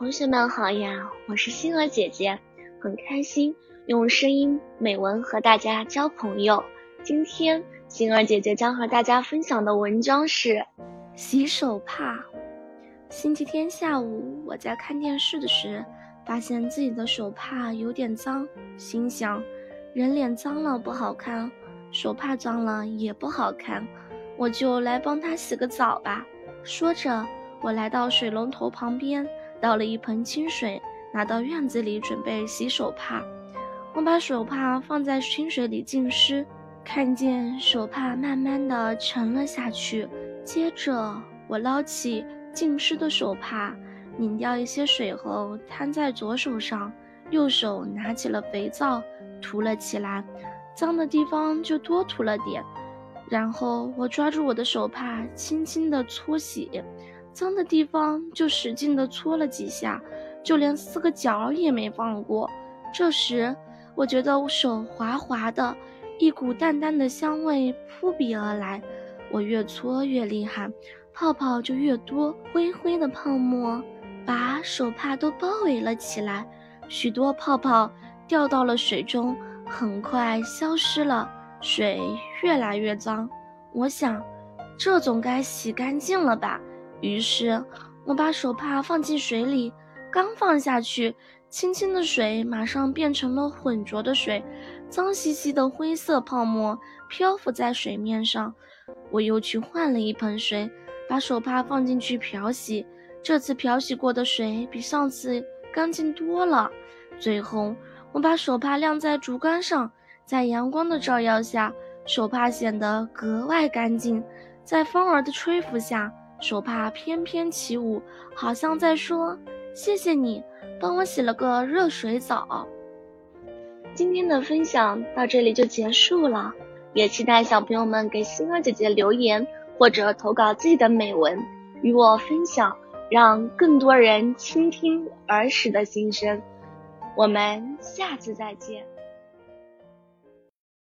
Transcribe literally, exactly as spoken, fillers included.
同学们好呀，我是星儿姐姐，很开心用声音美文和大家交朋友。今天星儿姐姐将和大家分享的文章是洗手帕。星期天下午，我在看电视的时，发现自己的手帕有点脏，心想，人脸脏了不好看，手帕脏了也不好看，我就来帮他洗个澡吧。说着，我来到水龙头旁边，倒了一盆清水，拿到院子里准备洗手帕。我把手帕放在清水里浸湿，看见手帕慢慢地沉了下去。接着我捞起浸湿的手帕，拧掉一些水后摊在左手上，右手拿起了肥皂涂了起来，脏的地方就多涂了点。然后我抓住我的手帕轻轻地搓洗，脏的地方就使劲地搓了几下，就连四个角也没放过。这时我觉得手滑滑的，一股淡淡的香味扑鼻而来，我越搓越厉害，泡泡就越多，灰灰的泡沫把手帕都包围了起来，许多泡泡掉到了水中，很快消失了，水越来越脏。我想，这总该洗干净了吧，于是我把手帕放进水里，刚放下去，清清的水马上变成了浑浊的水，脏兮兮的灰色泡沫漂浮在水面上。我又去换了一盆水，把手帕放进去漂洗，这次漂洗过的水比上次干净多了。最后我把手帕晾在竹竿上，在阳光的照耀下，手帕显得格外干净，在风儿的吹拂下，手帕翩翩起舞，好像在说，谢谢你帮我洗了个热水澡。 今天的分享到这里就结束了，也期待小朋友们给星儿姐姐留言或者投稿自己的美文与我分享，让更多人倾听儿时的心声。我们下次再见。